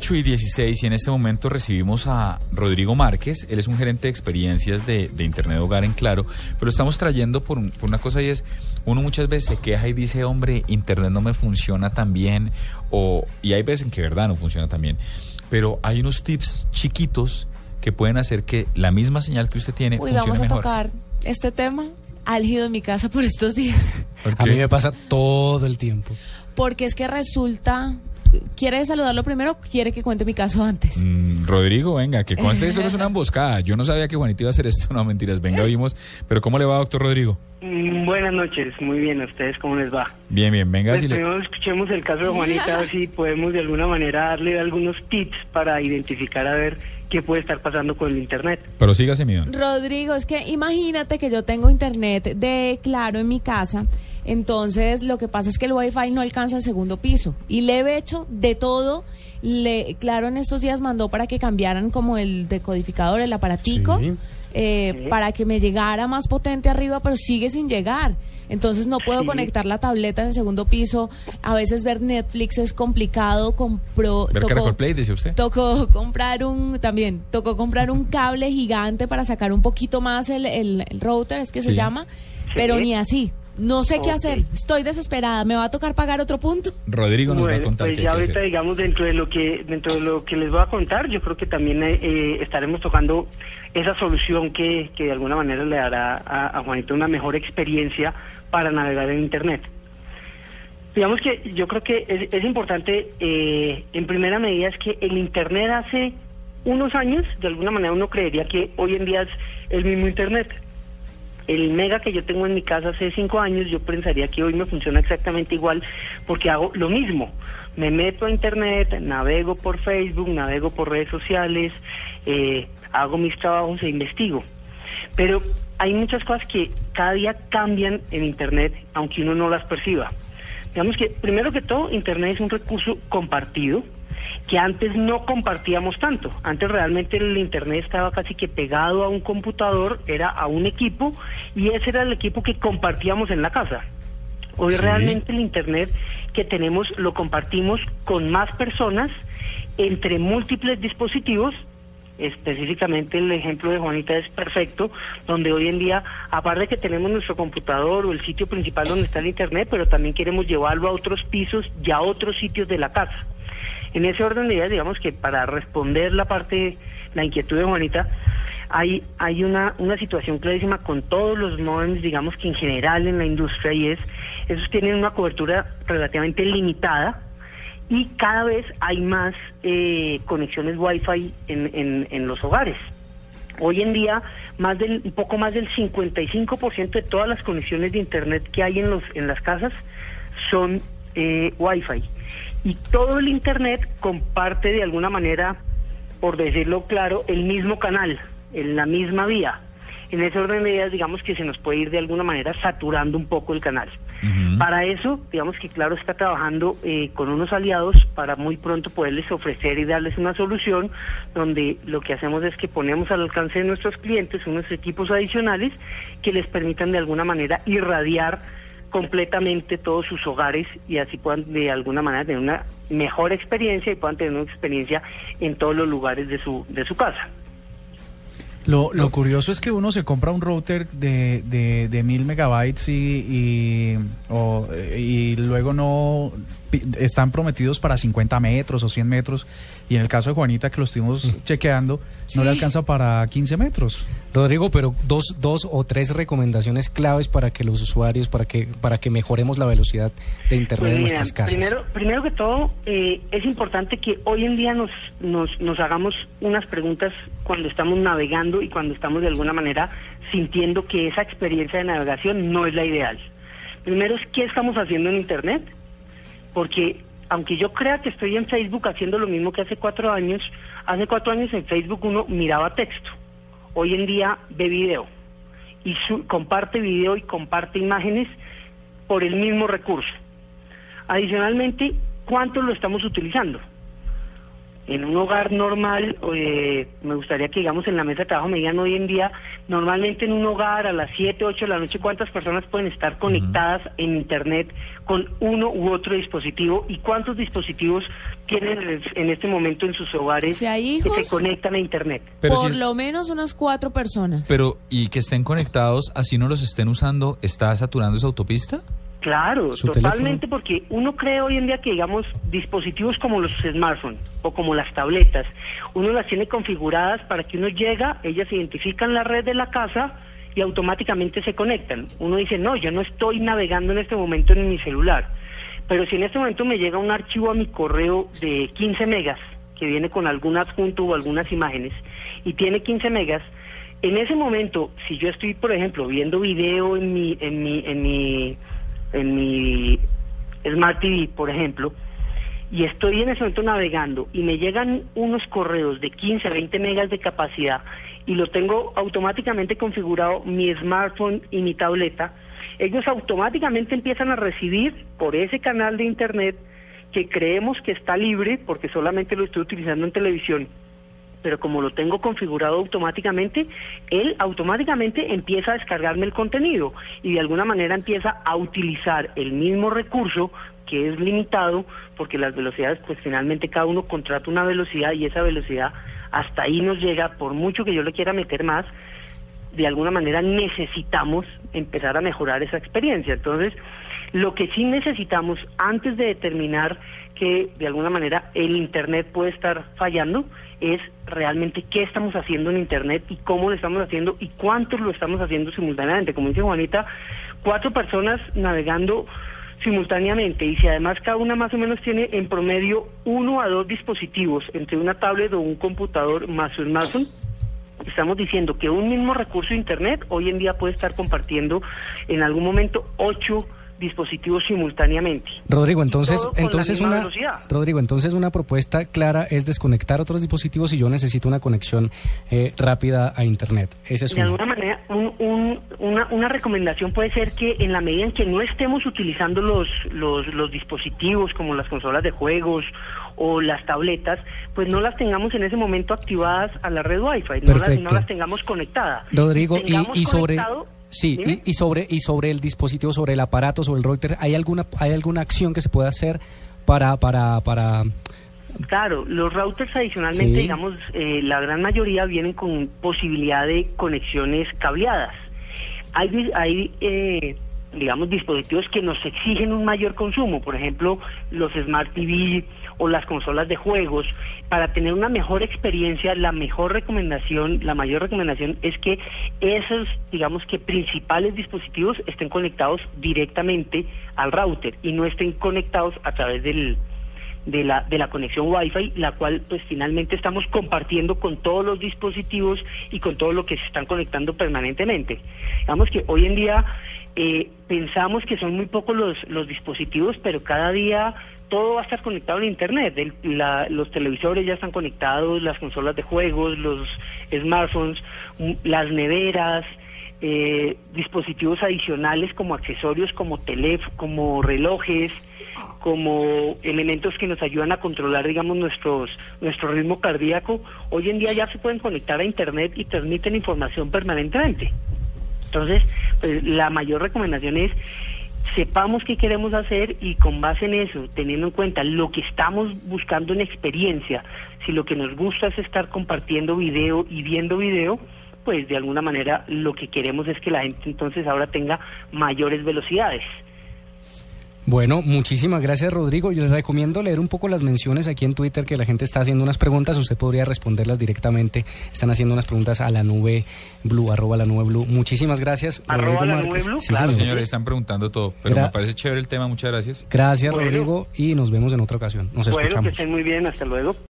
8:16 y en este momento recibimos a Rodrigo Márquez. Él es un gerente de experiencias de Internet Hogar en Claro, pero estamos trayendo por una cosa y es, uno muchas veces se queja y dice, hombre, Internet no me funciona tan bien, y hay veces en que de verdad no funciona tan bien, pero hay unos tips chiquitos que pueden hacer que la misma señal que usted tiene funcione mejor. Vamos a tocar este tema álgido en mi casa por estos días. A mí me pasa todo el tiempo. Porque es que resulta... ¿Quiere saludarlo primero o quiere que cuente mi caso antes? Rodrigo, venga, que conste esto no es una emboscada. Yo no sabía que Juanito iba a hacer esto. No, mentiras, venga, oímos. Pero ¿cómo le va, doctor Rodrigo? Buenas noches, muy bien. ¿A ustedes cómo les va? Bien, venga. Pues primero escuchemos el caso de Juanita, si podemos de alguna manera darle algunos tips para identificar a ver qué puede estar pasando con el Internet. Pero sígase, mi don. Rodrigo, es que imagínate que yo tengo Internet de Claro en mi casa. Entonces, lo que pasa es que el Wi-Fi no alcanza el segundo piso. Y le he hecho de todo. Claro, en estos días mandó para que cambiaran como el decodificador, el aparatico, sí. Para que me llegara más potente arriba, pero sigue sin llegar. Entonces no puedo conectar la tableta en el segundo piso. A veces ver Netflix es complicado. ¿Ver Caracol Play, dice usted? Tocó comprar un cable gigante para sacar un poquito más el router, es que se llama, pero ni así. No sé qué hacer, estoy desesperada, me va a tocar pagar otro punto. Rodrigo nos va a contar pues qué ya hay que ahorita hacer. digamos dentro de lo que les voy a contar, yo creo que también estaremos tocando esa solución que de alguna manera le dará a Juanito una mejor experiencia para navegar en Internet. Digamos que yo creo que es importante, en primera medida, es que el Internet hace unos años, de alguna manera uno creería que hoy en día es el mismo Internet. El mega que yo tengo en mi casa hace 5 años, yo pensaría que hoy me funciona exactamente igual porque hago lo mismo. Me meto a Internet, navego por Facebook, navego por redes sociales, hago mis trabajos e investigo. Pero hay muchas cosas que cada día cambian en Internet, aunque uno no las perciba. Digamos que, primero que todo, Internet es un recurso compartido, que antes no compartíamos tanto. Antes realmente el Internet estaba casi que pegado a un computador, era a un equipo, y ese era el equipo que compartíamos en la casa. Hoy realmente el Internet que tenemos lo compartimos con más personas entre múltiples dispositivos. Específicamente el ejemplo de Juanita es perfecto, donde hoy en día, aparte de que tenemos nuestro computador o el sitio principal donde está el Internet, pero también queremos llevarlo a otros pisos y a otros sitios de la casa. En ese orden de ideas, digamos que para responder la inquietud de Juanita, hay una situación clarísima con todos los modems, digamos que en general en la industria, y esos tienen una cobertura relativamente limitada, y cada vez hay más conexiones Wi-Fi en los hogares. Hoy en día, un poco más del 55% de todas las conexiones de Internet que hay en las casas son Wi-Fi. Y todo el Internet comparte de alguna manera, por decirlo claro, el mismo canal, en la misma vía. En ese orden de ideas, digamos que se nos puede ir de alguna manera saturando un poco el canal. Para eso, digamos que Claro está trabajando con unos aliados para muy pronto poderles ofrecer y darles una solución donde lo que hacemos es que ponemos al alcance de nuestros clientes unos equipos adicionales que les permitan de alguna manera irradiar completamente todos sus hogares y así puedan de alguna manera tener una mejor experiencia y puedan tener una experiencia en todos los lugares de su casa. Lo curioso es que uno se compra un router de 1000 megabytes y luego no están prometidos para 50 metros o 100 metros, y en el caso de Juanita, que lo estuvimos chequeando, no le alcanza para 15 metros. Rodrigo, pero dos o tres recomendaciones claves para que los usuarios, para que mejoremos la velocidad de Internet en nuestras casas. Primero que todo, es importante que hoy en día nos hagamos unas preguntas cuando estamos navegando y cuando estamos de alguna manera sintiendo que esa experiencia de navegación no es la ideal. Primero es, ¿qué estamos haciendo en Internet? Porque aunque yo crea que estoy en Facebook haciendo lo mismo que hace 4 años en Facebook uno miraba texto. Hoy en día ve video y comparte video y comparte imágenes por el mismo recurso. Adicionalmente, ¿cuánto lo estamos utilizando? En un hogar normal, me gustaría que, digamos, en la mesa de trabajo me digan hoy en día Normalmente en un hogar a las 7, 8 de la noche, ¿cuántas personas pueden estar conectadas en Internet con uno u otro dispositivo? ¿Y cuántos dispositivos tienen en este momento en sus hogares Si hay hijos, que se conectan a Internet? Pero por si es- lo menos unas 4 personas. Pero, ¿y que estén conectados, así no los estén usando, está saturando esa autopista? Claro, Su totalmente, teléfono. porque uno cree hoy en día que, digamos, dispositivos como los smartphones o como las tabletas, uno las tiene configuradas para que uno llega, ellas identifican la red de la casa y automáticamente se conectan. Uno dice, no, yo no estoy navegando en este momento en mi celular, pero si en este momento me llega un archivo a mi correo de 15 megas, que viene con algún adjunto o algunas imágenes, y tiene 15 megas, en ese momento, si yo estoy, por ejemplo, viendo video en mi Smart TV, por ejemplo, y estoy en ese momento navegando y me llegan unos correos de 15, 20 megas de capacidad y lo tengo automáticamente configurado mi smartphone y mi tableta, ellos automáticamente empiezan a recibir por ese canal de internet que creemos que está libre porque solamente lo estoy utilizando en televisión, pero como lo tengo configurado automáticamente, él automáticamente empieza a descargarme el contenido y de alguna manera empieza a utilizar el mismo recurso que es limitado, porque las velocidades, pues finalmente cada uno contrata una velocidad y esa velocidad hasta ahí nos llega, por mucho que yo le quiera meter más, de alguna manera necesitamos empezar a mejorar esa experiencia. Entonces, lo que sí necesitamos antes de determinar que de alguna manera el Internet puede estar fallando es realmente qué estamos haciendo en Internet y cómo lo estamos haciendo y cuántos lo estamos haciendo simultáneamente. Como dice Juanita, 4 personas navegando simultáneamente y si además cada una más o menos tiene en promedio 1 a 2 dispositivos entre una tablet o un computador más su smartphone, estamos diciendo que un mismo recurso de Internet hoy en día puede estar compartiendo en algún momento 8 dispositivos simultáneamente. Rodrigo, entonces, todo con entonces la misma una velocidad. Rodrigo, entonces una propuesta clara es desconectar otros dispositivos si yo necesito una conexión rápida a Internet. Esa es De una. alguna manera, una recomendación puede ser que en la medida en que no estemos utilizando los dispositivos como las consolas de juegos o las tabletas, pues no las tengamos en ese momento activadas a la red Wi-Fi, no Perfecto. las tengamos conectadas. Rodrigo, Tengamos y sobre conectado- sí, Dime. y sobre el dispositivo, sobre el aparato, sobre el router, ¿hay alguna acción que se pueda hacer para Claro, los routers adicionalmente, Sí. digamos, la gran mayoría vienen con posibilidad de conexiones cableadas. Hay digamos, dispositivos que nos exigen un mayor consumo, por ejemplo, los Smart TV o las consolas de juegos. Para tener una mejor experiencia, la mayor recomendación es que esos, digamos, que principales dispositivos estén conectados directamente al router y no estén conectados a través de la conexión Wi-Fi, la cual pues finalmente estamos compartiendo con todos los dispositivos y con todo lo que se están conectando permanentemente. Digamos que hoy en día pensamos que son muy pocos los dispositivos, pero cada día todo va a estar conectado a Internet. Los televisores ya están conectados, las consolas de juegos, los smartphones, las neveras, dispositivos adicionales como accesorios, como como relojes, como elementos que nos ayudan a controlar, digamos, nuestro ritmo cardíaco. Hoy en día ya se pueden conectar a Internet y transmiten información permanentemente. Entonces, pues, la mayor recomendación es sepamos qué queremos hacer y con base en eso, teniendo en cuenta lo que estamos buscando en experiencia, si lo que nos gusta es estar compartiendo video y viendo video, pues de alguna manera lo que queremos es que la gente entonces ahora tenga mayores velocidades. Bueno, muchísimas gracias, Rodrigo. Yo les recomiendo leer un poco las menciones aquí en Twitter, que la gente está haciendo unas preguntas, usted podría responderlas directamente. Están haciendo unas preguntas a la nube blue, @lanubeblu. Muchísimas gracias, Arroba Rodrigo la Márquez. nube blue, Sí, claro. Sí, señor. señores, están preguntando todo, pero Gra- me parece chévere el tema, muchas gracias. Gracias, Bueno. Rodrigo, y nos vemos en otra ocasión. Nos Bueno, que escuchamos. estén muy bien, hasta luego.